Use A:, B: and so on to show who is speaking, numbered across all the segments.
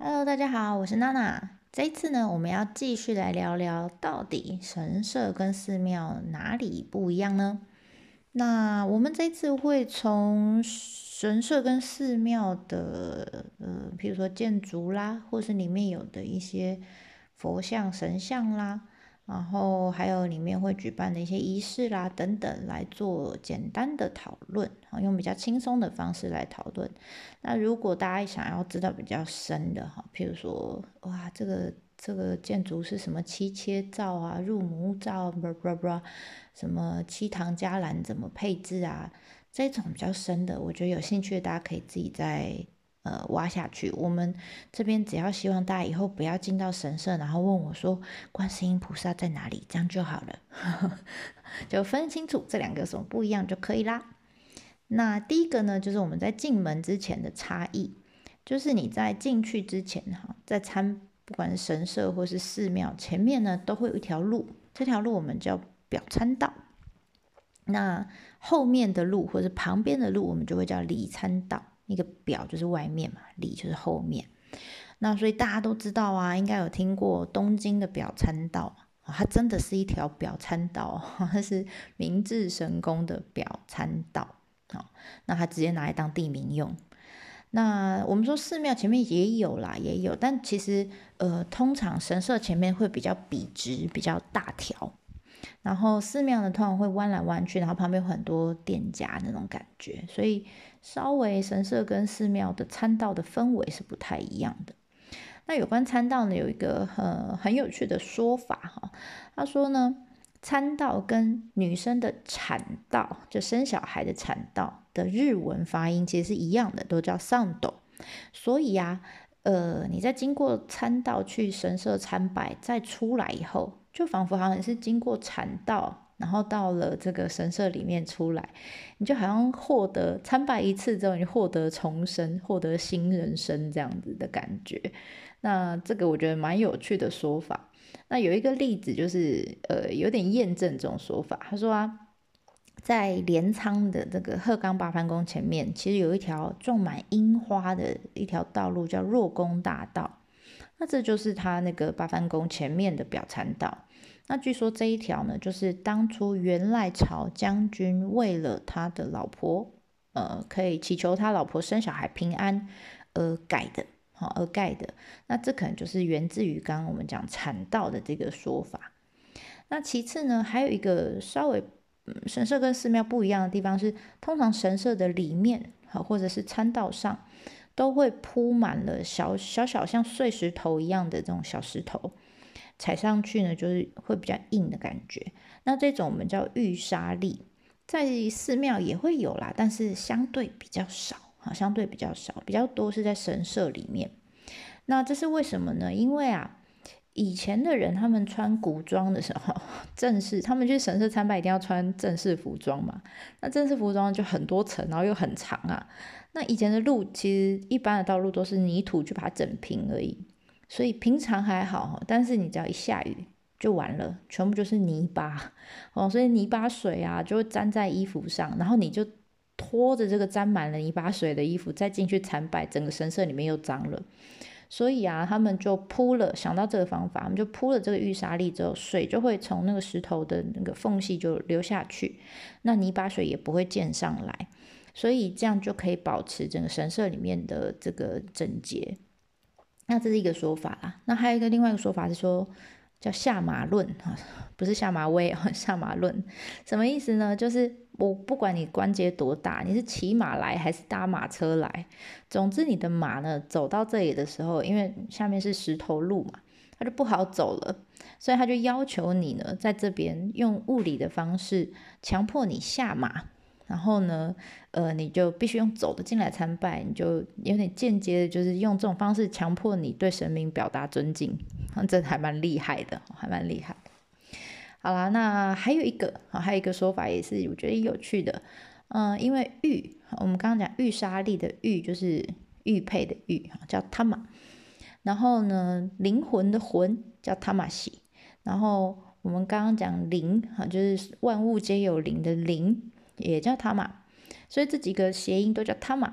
A: Hello，大家好，我是娜娜。这一次呢，我们要继续来聊聊，到底神社跟寺庙哪里不一样呢？那我们这次会从神社跟寺庙的，譬如说建筑啦，或是里面有的一些佛像、神像啦，然后还有里面会举办的一些仪式啦等等，来做简单的讨论，用比较轻松的方式来讨论。那如果大家想要知道比较深的哈，譬如说，哇，这个建筑是什么七切造啊、入母造，什么七唐伽蓝怎么配置啊，这种比较深的，我觉得有兴趣的大家可以自己再挖下去。我们这边只要希望大家以后不要进到神社，然后问我说观世音菩萨在哪里，这样就好了，就分清楚这两个有什么不一样就可以啦。那第一个呢，就是我们在进门之前的差异，就是你在进去之前哈，在不管是神社或是寺庙前面呢，都会有一条路，这条路我们叫表参道。那后面的路或者旁边的路，我们就会叫里参道。一个表就是外面嘛，里就是后面。那所以大家都知道啊，应该有听过东京的表参道，它真的是一条表参道，它是明治神宫的表参道。那它直接拿来当地名用。那我们说寺庙前面也有啦，也有，但其实通常神社前面会比较笔直，比较大条，然后寺庙呢通常会弯来弯去，然后旁边有很多店家那种感觉，所以稍微神社跟寺庙的参道的氛围是不太一样的。那有关参道呢，有一个很有趣的说法哈，他说呢，参道跟女生的产道，就生小孩的产道的日文发音其实是一样的，都叫上斗。所以啊，你在经过参道去神社参拜，再出来以后，就仿佛好像是经过产道，然后到了这个神社里面出来，你就好像获得参拜一次之后，你获得重生，获得新人生这样子的感觉。那这个我觉得蛮有趣的说法。那有一个例子就是有点验证这种说法。他说啊，在镰仓的这个鹤冈八幡宫前面，其实有一条种满樱花的一条道路，叫若宫大道。那这就是他那个八幡宫前面的表参道。那据说这一条呢，就是当初元赖朝将军为了他的老婆，可以祈求他老婆生小孩平安而盖的。而盖的，那这可能就是源自于刚刚我们讲产道的这个说法。那其次呢，还有一个稍微神社跟寺庙不一样的地方是，通常神社的里面或者是参道上都会铺满了小像碎石头一样的这种小石头，踩上去呢就是会比较硬的感觉。那这种我们叫玉沙砾，在寺庙也会有啦，但是相对比较少。相对比较少，比较多是在神社里面。那这是为什么呢？因为啊，以前的人他们穿古装的时候，正式他们去神社参拜一定要穿正式服装嘛。那正式服装就很多层，然后又很长啊。那以前的路其实一般的道路都是泥土去把它整平而已，所以平常还好，但是你只要一下雨就完了，全部就是泥巴所以泥巴水啊就会沾在衣服上，然后你就拖着这个沾满了泥巴水的衣服再进去参拜，整个神社里面又脏了。所以啊，他们就想到这个方法，他们就铺了这个玉沙砾之后，水就会从那个石头的那个缝隙就流下去，那泥巴水也不会溅上来，所以这样就可以保持整个神社里面的这个整洁。那这是一个说法啦。那还有另外一个说法是说，叫下马论，不是下马威，下马论，什么意思呢？就是我不管你关节多大，你是骑马来还是搭马车来，总之你的马呢走到这里的时候，因为下面是石头路嘛，它就不好走了，所以他就要求你呢在这边用物理的方式强迫你下马。然后呢，你就必须用走的进来参拜，你就有点间接的，就是用这种方式强迫你对神明表达尊敬，这还蛮厉害的，还蛮厉害。好啦，那还有一个说法也是我觉得有趣的，因为玉，我们刚刚讲玉沙砾的玉就是玉佩的玉，叫 tama， 然后呢，灵魂的魂叫 tamasi， 然后我们刚刚讲灵，就是万物皆有灵的灵，也叫 tama， 所以这几个谐音都叫 tama。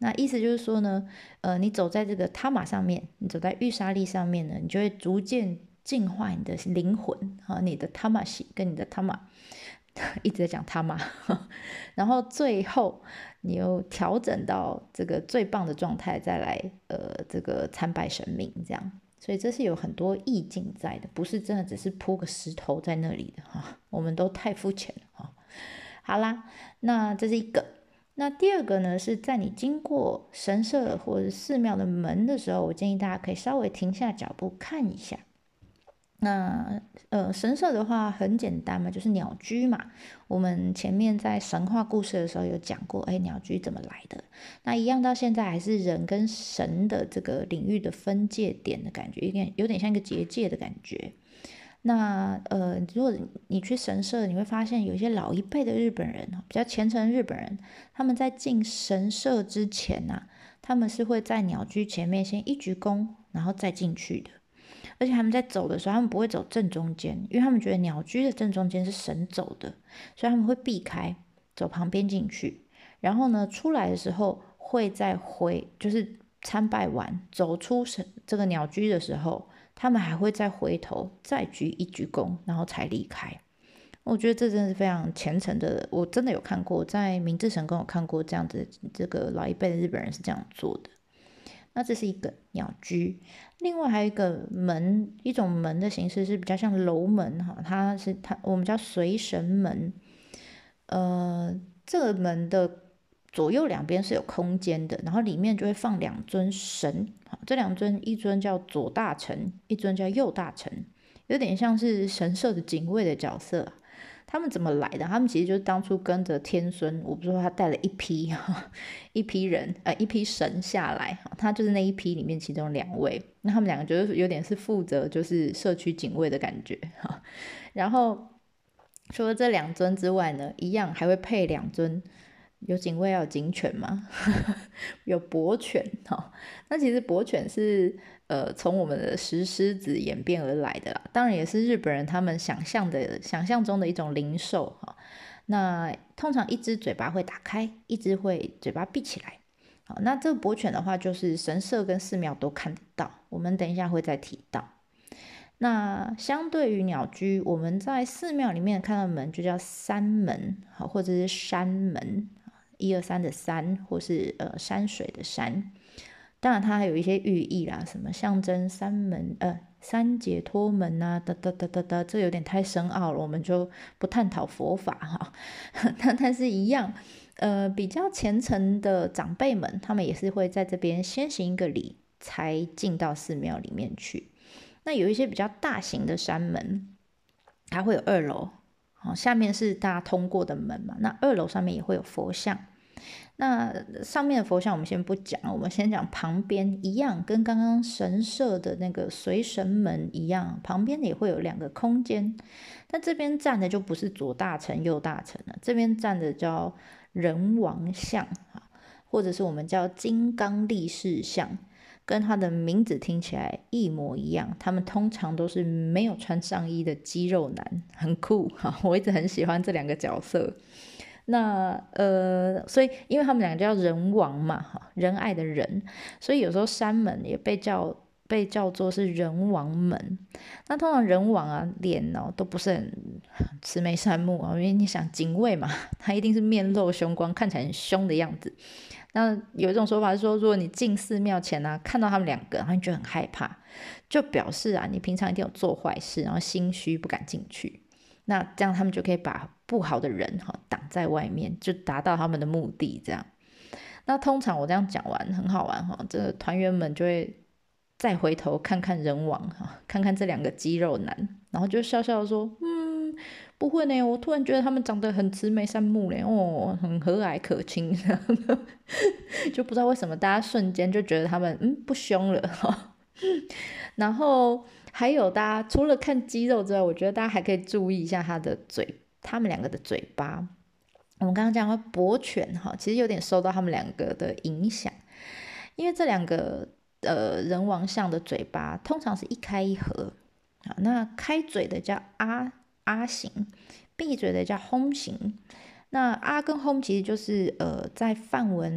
A: 那意思就是说呢，你走在这个他玛上面，你走在玉沙利上面呢，你就会逐渐净化你的灵魂啊，你的他玛西跟你的他玛，一直在讲他玛，然后最后你又调整到这个最棒的状态，再来这个参拜神明这样。所以这是有很多意境在的，不是真的只是铺个石头在那里的哈，我们都太肤浅了哈。好啦，那这是一个。那第二个呢，是在你经过神社或者寺庙的门的时候，我建议大家可以稍微停下脚步看一下。那神社的话很简单嘛，就是鸟居嘛。我们前面在神话故事的时候有讲过，鸟居怎么来的？那一样到现在还是人跟神的这个领域的分界点的感觉，有点像一个结界的感觉。那如果你去神社，你会发现有一些老一辈的日本人，比较虔诚的日本人，他们在进神社之前啊，他们是会在鸟居前面先一鞠躬，然后再进去的。而且他们在走的时候，他们不会走正中间，因为他们觉得鸟居的正中间是神走的，所以他们会避开，走旁边进去。然后呢，出来的时候会再就是参拜完走出这个鸟居的时候，他们还会再回头再一鞠躬，然后才离开。我觉得这真的是非常虔诚的，我真的有看过，在明治神宫有看过这样子，这个老一辈的日本人是这样做的。那这是一个鸟居，另外还有一个门，一种门的形式是比较像楼门哈，我们叫随神门。这个门的左右两边是有空间的，然后里面就会放两尊神，这两尊一尊叫左大臣，一尊叫右大臣，有点像是神社的警卫的角色。他们怎么来的？他们其实就是当初跟着天孙，我不是说他带了一批人，一批神下来，他就是那一批里面其中2位。那他们2个就是有点是负责就是社区警卫的感觉哈。然后除了这2尊之外呢，一样还会配2尊。有警卫要有警犬吗？有伯犬哈。那其实伯犬是从我们的石狮子演变而来的啦，当然也是日本人他们想象中的一种灵兽哈。那通常一只嘴巴会打开，一只会嘴巴闭起来。好，那这个伯犬的话，就是神社跟寺庙都看得到，我们等一下会再提到。那相对于鸟居，我们在寺庙里面看到的门就叫山门，好，或者是山门，1、2、3的山，或是山水的山。当然它还有一些寓意啦，什么象征三解脱门啊，这有点太深奥了，我们就不探讨佛法哈。但是一样，比较虔诚的长辈们，他们也是会在这边先行一个礼，才进到寺庙里面去。那有一些比较大型的山门，它会有2楼，下面是大家通过的门嘛，那2楼上面也会有佛像。那上面的佛像我们先不讲，我们先讲旁边一样，跟刚刚神社的那个随神门一样，旁边也会有2个空间。但这边站的就不是左大臣右大臣了，这边站的叫人王像，或者是我们叫金刚力士像，跟他的名字听起来一模一样。他们通常都是没有穿上衣的肌肉男，很酷哈。我一直很喜欢这2个角色。那所以因为他们2个叫人王嘛，仁爱的人，所以有时候山门也被叫做是人王门。那通常人王啊，脸都不是很慈眉善目因为你想警卫嘛，他一定是面露凶光，看起来很凶的样子。那有一种说法是说，如果你进寺庙前啊，看到他们2个，然后你就很害怕，就表示啊，你平常一定有做坏事，然后心虚不敢进去。那这样他们就可以把不好的人挡在外面，就达到他们的目的这样。那通常我这样讲完很好玩这个团员们就会再回头看看人王看看这2个肌肉男，然后就笑笑说不会呢，我突然觉得他们长得很慈眉善目嘞，很和蔼可亲就不知道为什么大家瞬间就觉得他们不凶了然后还有大家除了看肌肉之外，我觉得大家还可以注意一下他们2个的嘴巴。我们刚刚讲过伯犬其实有点受到他们2个的影响，因为这2个人王像的嘴巴通常是一开一合，那开嘴的叫阿形，闭嘴的叫轰形。那阿跟轰其实就是在梵文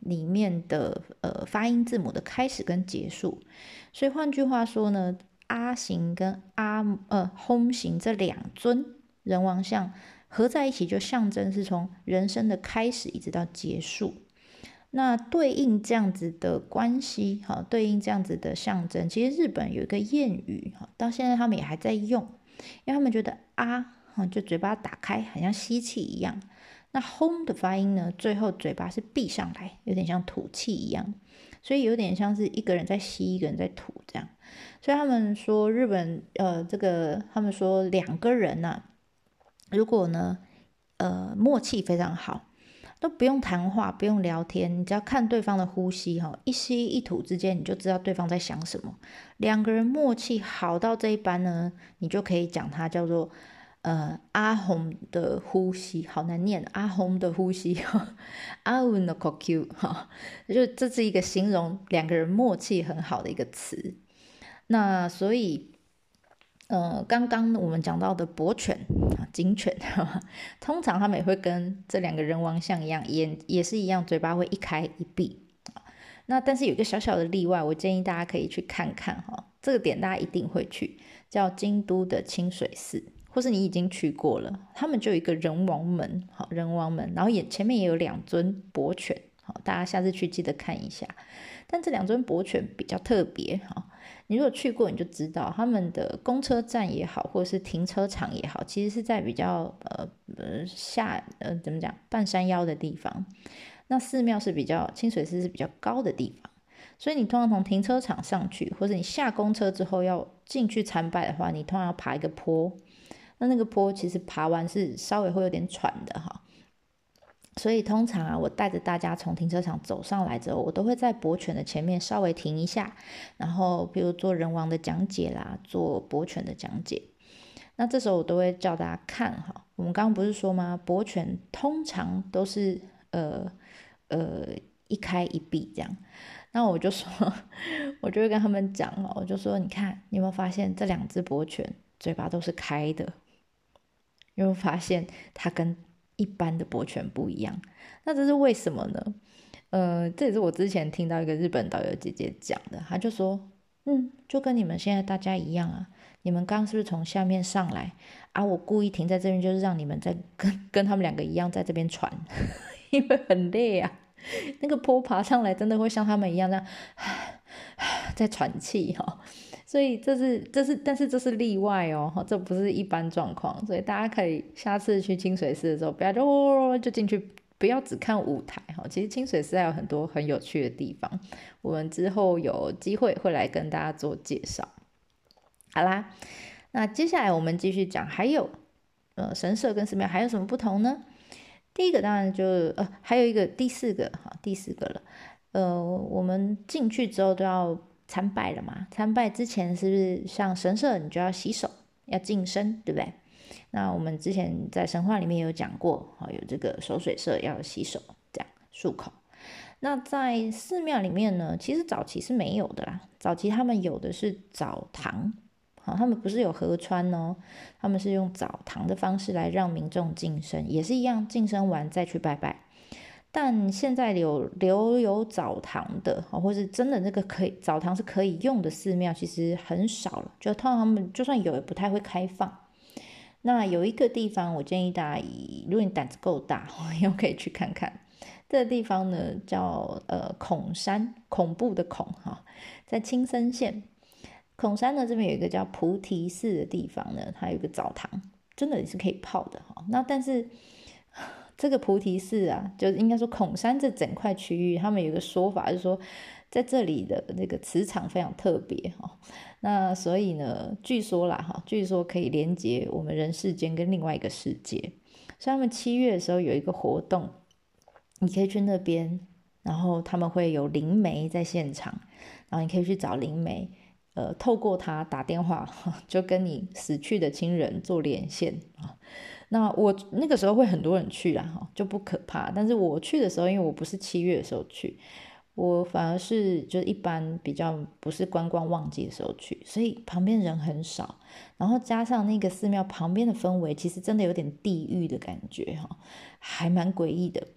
A: 里面的发音字母的开始跟结束。所以换句话说呢，阿形跟吽形这两尊人王像合在一起，就象征是从人生的开始一直到结束。那对应这样子的关系，对应这样子的象征，其实日本有一个谚语，到现在他们也还在用，因为他们觉得就嘴巴打开，很像吸气一样。那轰的发音呢，最后嘴巴是闭上来，有点像吐气一样，所以有点像是一个人在吸，一个人在吐这样。所以他们说日本他们说两个人啊，如果呢默契非常好，都不用谈话，不用聊天，你只要看对方的呼吸，一吸一吐之间，你就知道对方在想什么。两个人默契好到这一般呢，你就可以讲它叫做阿红的呼吸，好难念，阿红的呼吸，阿文的呼吸，就这是一个形容两个人默契很好的一个词。那所以刚刚我们讲到的伯犬、警犬，通常他们也会跟这两个人王像一样，也是一样，嘴巴会一开一闭。那但是有一个小小的例外，我建议大家可以去看看这个点大家一定会去，叫京都的清水寺，或是你已经去过了，他们就有一个人王门，人王门，然后前面也有两尊伯犬，大家下次去记得看一下。但这两尊伯犬比较特别，你如果去过你就知道，他们的公车站也好，或者是停车场也好，其实是在比较怎么讲，半山腰的地方。那寺庙是清水寺是比较高的地方，所以你通常从停车场上去，或者你下公车之后要进去参拜的话，你通常要爬一个坡。那个坡其实爬完是稍微会有点喘的所以通常我带着大家从停车场走上来之后，我都会在伯犬的前面稍微停一下，然后比如做人王的讲解啦，做伯犬的讲解。那这时候我都会叫大家看我们刚刚不是说吗？伯犬通常都是一开一闭这样。那我就说，我就会跟他们讲我就说，你看，你有没有发现这两只伯犬嘴巴都是开的？有没有发现它跟一般的伯犬不一样？那这是为什么呢？这也是我之前听到一个日本导游姐姐讲的，她就说，就跟你们现在大家一样啊，你们刚刚是不是从下面上来啊？我故意停在这边，就是让你们在跟他们两个一样在这边喘，因为很累啊。那个坡爬上来真的会像他们一样这样在喘气所以但是这是例外这不是一般状况，所以大家可以下次去清水寺的时候，不要就进去，不要只看舞台其实清水寺还有很多很有趣的地方，我们之后有机会会来跟大家做介绍。好啦，那接下来我们继续讲，还有神社跟寺庙还有什么不同呢？第一个当然就还有一个第四个了，我们进去之后都要参拜了嘛，参拜之前是不是像神社你就要洗手，要净身，对不对？那我们之前在神话里面有讲过有这个守水社要洗手，这样漱口。那在寺庙里面呢，其实早期是没有的啦，早期他们有的是澡堂，他们不是有河川他们是用澡堂的方式来让民众净身，也是一样，净身完再去拜拜。但现在留有澡堂的或是真的那个澡堂是可以用的寺庙其实很少了，就通常他们就算有也不太会开放。那有一个地方我建议大家，如果你胆子够大又可以去看看，这个地方呢叫孔山，恐怖的恐在青森县孔山呢，这边有一个叫菩提寺的地方呢，它有一个澡堂，真的也是可以泡的那但是这个菩提寺啊，就应该说孔山这整块区域，他们有一个说法，就是说在这里的那个磁场非常特别那所以呢，据说可以连接我们人世间跟另外一个世界。所以他们7月的时候有一个活动，你可以去那边，然后他们会有灵媒在现场，然后你可以去找灵媒。透过他打电话就跟你死去的亲人做连线那我那个时候会很多人去啦就不可怕。但是我去的时候，因为我不是7月的时候去，我反而是就是一般比较不是观光旺季的时候去，所以旁边人很少，然后加上那个寺庙旁边的氛围，其实真的有点地狱的感觉还蛮诡异的。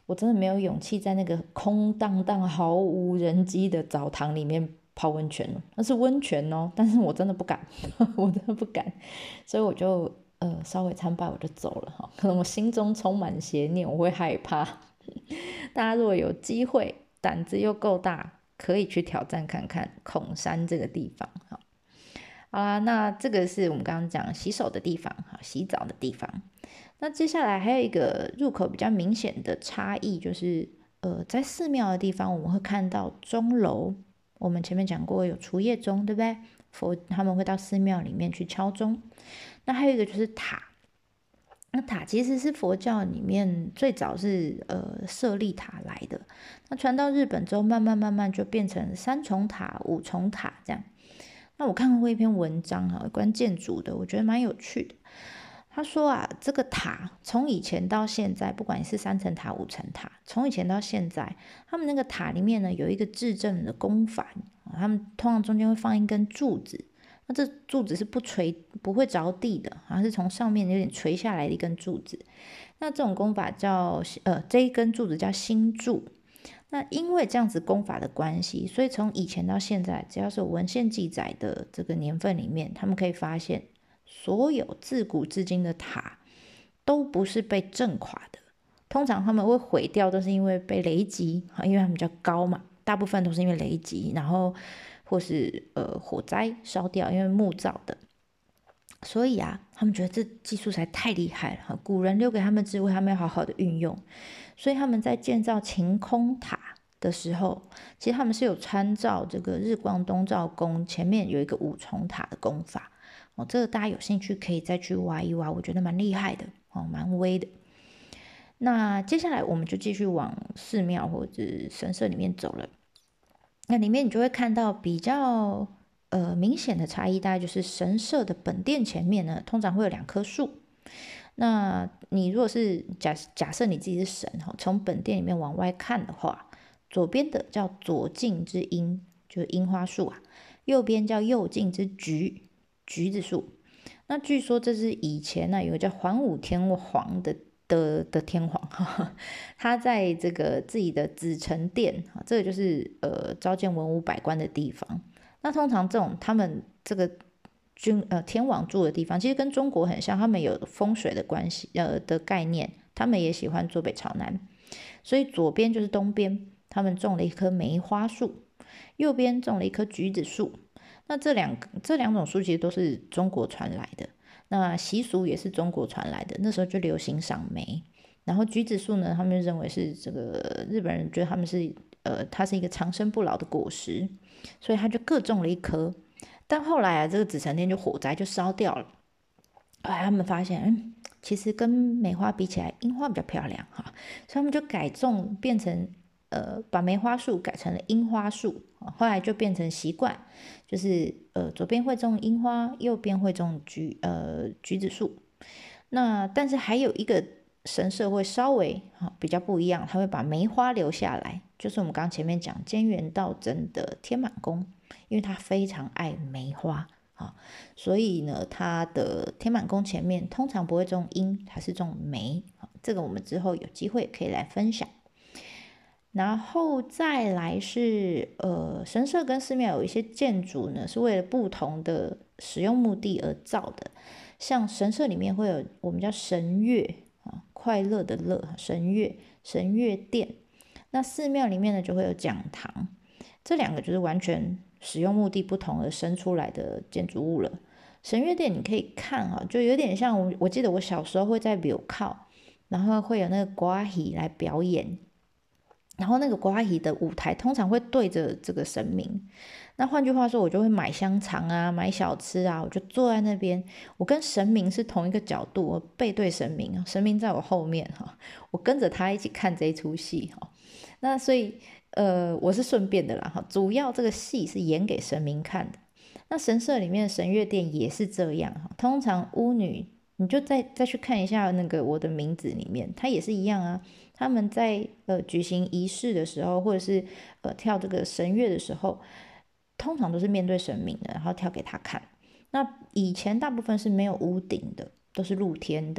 A: 我真的没有勇气在那个空荡荡、毫无人迹的澡堂里面泡温泉了。那是温泉哦，但是我真的不敢，我真的不敢，所以我就稍微参拜我就走了哈。可能我心中充满邪念，我会害怕。大家如果有机会，胆子又够大，可以去挑战看看孔山这个地方哈。好啦，那这个是我们刚刚讲洗手的地方，洗澡的地方。那接下来还有一个入口比较明显的差异，就是在寺庙的地方，我们会看到钟楼。我们前面讲过有除夜钟，对不对？他们会到寺庙里面去敲钟。那还有一个就是塔。那塔其实是佛教里面最早是舍利塔来的，那传到日本之后，慢慢就变成3重塔、5重塔这样。那我看过一篇文章啊，关建筑的，我觉得蛮有趣的。他说啊，这个塔从以前到现在，不管是3层塔、5层塔，从以前到现在，他们那个塔里面呢有一个制正的功法，他们通常中间会放一根柱子，那这柱子是不会着地的，好像是从上面有点垂下来的一根柱子。那这种功法叫这一根柱子叫心柱。那因为这样子功法的关系，所以从以前到现在，只要是有文献记载的这个年份里面，他们可以发现，所有自古至今的塔都不是被震垮的。通常他们会毁掉，都是因为被雷击，因为他们比较高嘛，大部分都是因为雷击，然后或是火灾烧掉，因为木造的。所以啊，他们觉得这技术实在太厉害了，古人留给他们智慧，他们要好好的运用。所以他们在建造晴空塔的时候，其实他们是有参照这个日光东照宫前面有一个5重塔的功法哦。这个大家有兴趣可以再去挖一挖，我觉得蛮厉害的哦，蛮威的。那接下来我们就继续往寺庙或者神社里面走了。那里面你就会看到比较明显的差异，大概就是神社的本殿前面呢，通常会有2棵树。那你如果是假设你自己是神哈，从本殿里面往外看的话，左边的叫左近之樱，就是樱花树啊；右边叫右近之橘子树。那据说这是以前呢有个叫桓武天皇的天皇，他在这个自己的紫宸殿，这个就是召见文武百官的地方。那通常这种他们这个天王住的地方，其实跟中国很像，他们有风水的关系的概念，他们也喜欢坐北朝南，所以左边就是东边，他们种了一棵梅花树，右边种了一棵橘子树。那这两种树其实都是中国传来的，那习俗也是中国传来的，那时候就流行赏梅。然后橘子树呢，他们认为是这个日本人觉得它是一个长生不老的果实，所以他就各种了一棵。但后来啊，这个紫宸殿就火灾就烧掉了。后来他们发现，其实跟梅花比起来，樱花比较漂亮哈，所以他们就改种变成把梅花树改成了樱花树。后来就变成习惯，就是左边会种樱花，右边会种橘子树。那但是还有一个神社会稍微比较不一样，它会把梅花留下来，就是我们刚前面讲菅原道真的天满宫，因为他非常爱梅花所以呢，他的天满宫前面通常不会种樱，它是种梅。这个我们之后有机会可以来分享。然后再来是神社跟寺庙有一些建筑呢，是为了不同的使用目的而造的。像神社里面会有我们叫神乐快乐的乐，神乐殿。那寺庙里面呢就会有讲堂，这2个就是完全使用目的不同而生出来的建筑物了。神乐殿你可以看就有点像我记得我小时候会在庙口，然后会有那个歌戏来表演。然后那个歌戏的舞台通常会对着这个神明，那换句话说，我就会买香肠啊，买小吃啊，我就坐在那边，我跟神明是同一个角度，我背对神明，神明在我后面我跟着他一起看这一出戏那所以我是顺便的啦主要这个戏是演给神明看的。那神社里面的神乐殿也是这样通常巫女你就再去看一下那个我的名字里面，它也是一样啊。他们在举行仪式的时候，或者是跳这个神乐的时候，通常都是面对神明的，然后跳给他看。那以前大部分是没有屋顶的，都是露天的。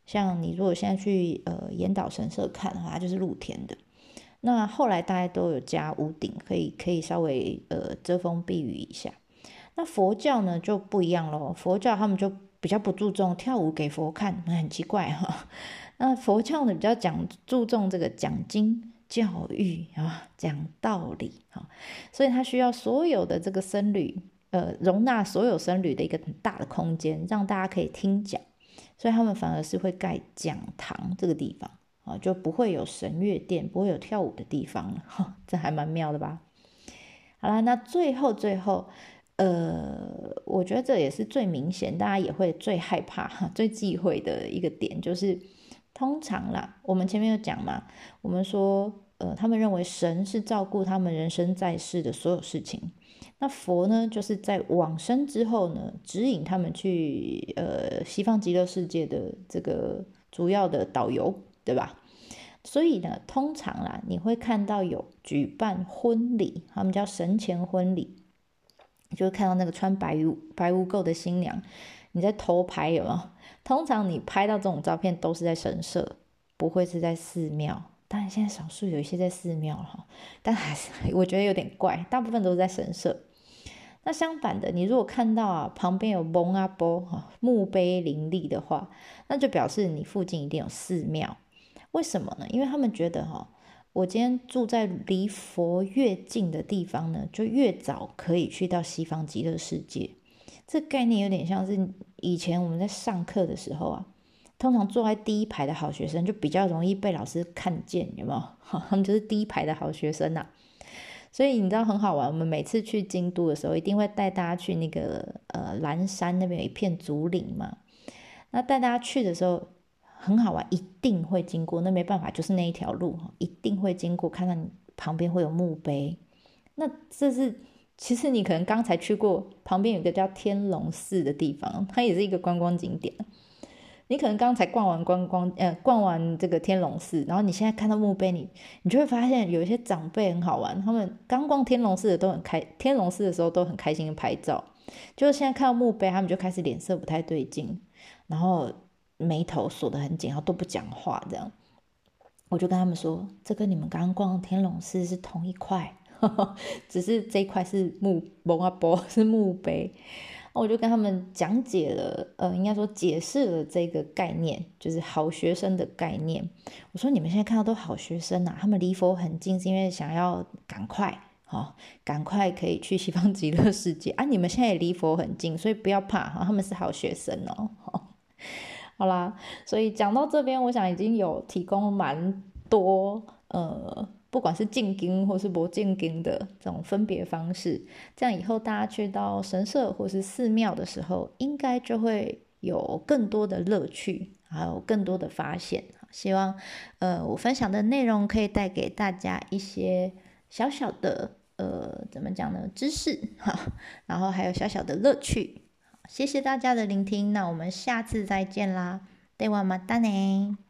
A: 像你如果现在去岩岛神社看的话，它就是露天的。那后来大家都有加屋顶，可以稍微遮风避雨一下。那佛教呢就不一样咯，佛教他们就比较不注重跳舞给佛看，很奇怪哈。那佛教呢比较注重这个讲经教育啊，讲道理啊，所以他需要所有的这个僧侣，容纳所有僧侣的一个很大的空间，让大家可以听讲，所以他们反而是会盖讲堂这个地方啊，就不会有神乐殿，不会有跳舞的地方了，这还蛮妙的吧？好啦，那最后，我觉得这也是最明显，大家也会最害怕、最忌讳的一个点，就是通常啦，我们前面有讲嘛，我们说，他们认为神是照顾他们人生在世的所有事情，那佛呢，就是在往生之后呢，指引他们去西方极乐世界的这个主要的导游，对吧？所以呢，通常啦，你会看到有举办婚礼，他们叫神前婚礼，就会看到那个穿白无垢的新娘，你在偷拍有没有？通常你拍到这种照片都是在神社，不会是在寺庙。当然现在少数有一些在寺庙了，但还是我觉得有点怪，大部分都是在神社。那相反的，你如果看到旁边有蒙阿波墓碑林立的话，那就表示你附近一定有寺庙。为什么呢？因为他们觉得我今天住在离佛越近的地方呢，就越早可以去到西方极乐世界。这概念有点像是以前我们在上课的时候通常坐在第一排的好学生就比较容易被老师看见，有没有？他们就是第一排的好学生所以你知道很好玩，我们每次去京都的时候，一定会带大家去那个岚山那边有一片竹林嘛。那带大家去的时候很好玩，一定会经过，那没办法，就是那一条路一定会经过，看到你旁边会有墓碑。那这是其实你可能刚才去过，旁边有一个叫天龙寺的地方，它也是一个观光景点。你可能刚才逛完这个天龙寺，然后你现在看到墓碑，你就会发现有一些长辈很好玩，他们刚逛天龙寺的时候都很开心的拍照，就是现在看到墓碑，他们就开始脸色不太对劲，然后眉头锁得很紧，然后都不讲话这样。我就跟他们说，这跟你们刚刚逛天龙寺是同一块，只是这一块是蒙阿波是墓碑。我就跟他们讲解了，应该说解释了这个概念，就是好学生的概念。我说你们现在看到都好学生他们离佛很近，是因为想要赶快可以去西方极乐世界你们现在也离佛很近，所以不要怕他们是好学生好啦，所以讲到这边，我想已经有提供蛮多不管是进京或是不进京的这种分别方式，这样以后大家去到神社或是寺庙的时候，应该就会有更多的乐趣，还有更多的发现。希望我分享的内容可以带给大家一些小小的怎么讲呢，知识然后还有小小的乐趣。谢谢大家的聆听，那我们下次再见啦，ではまたね。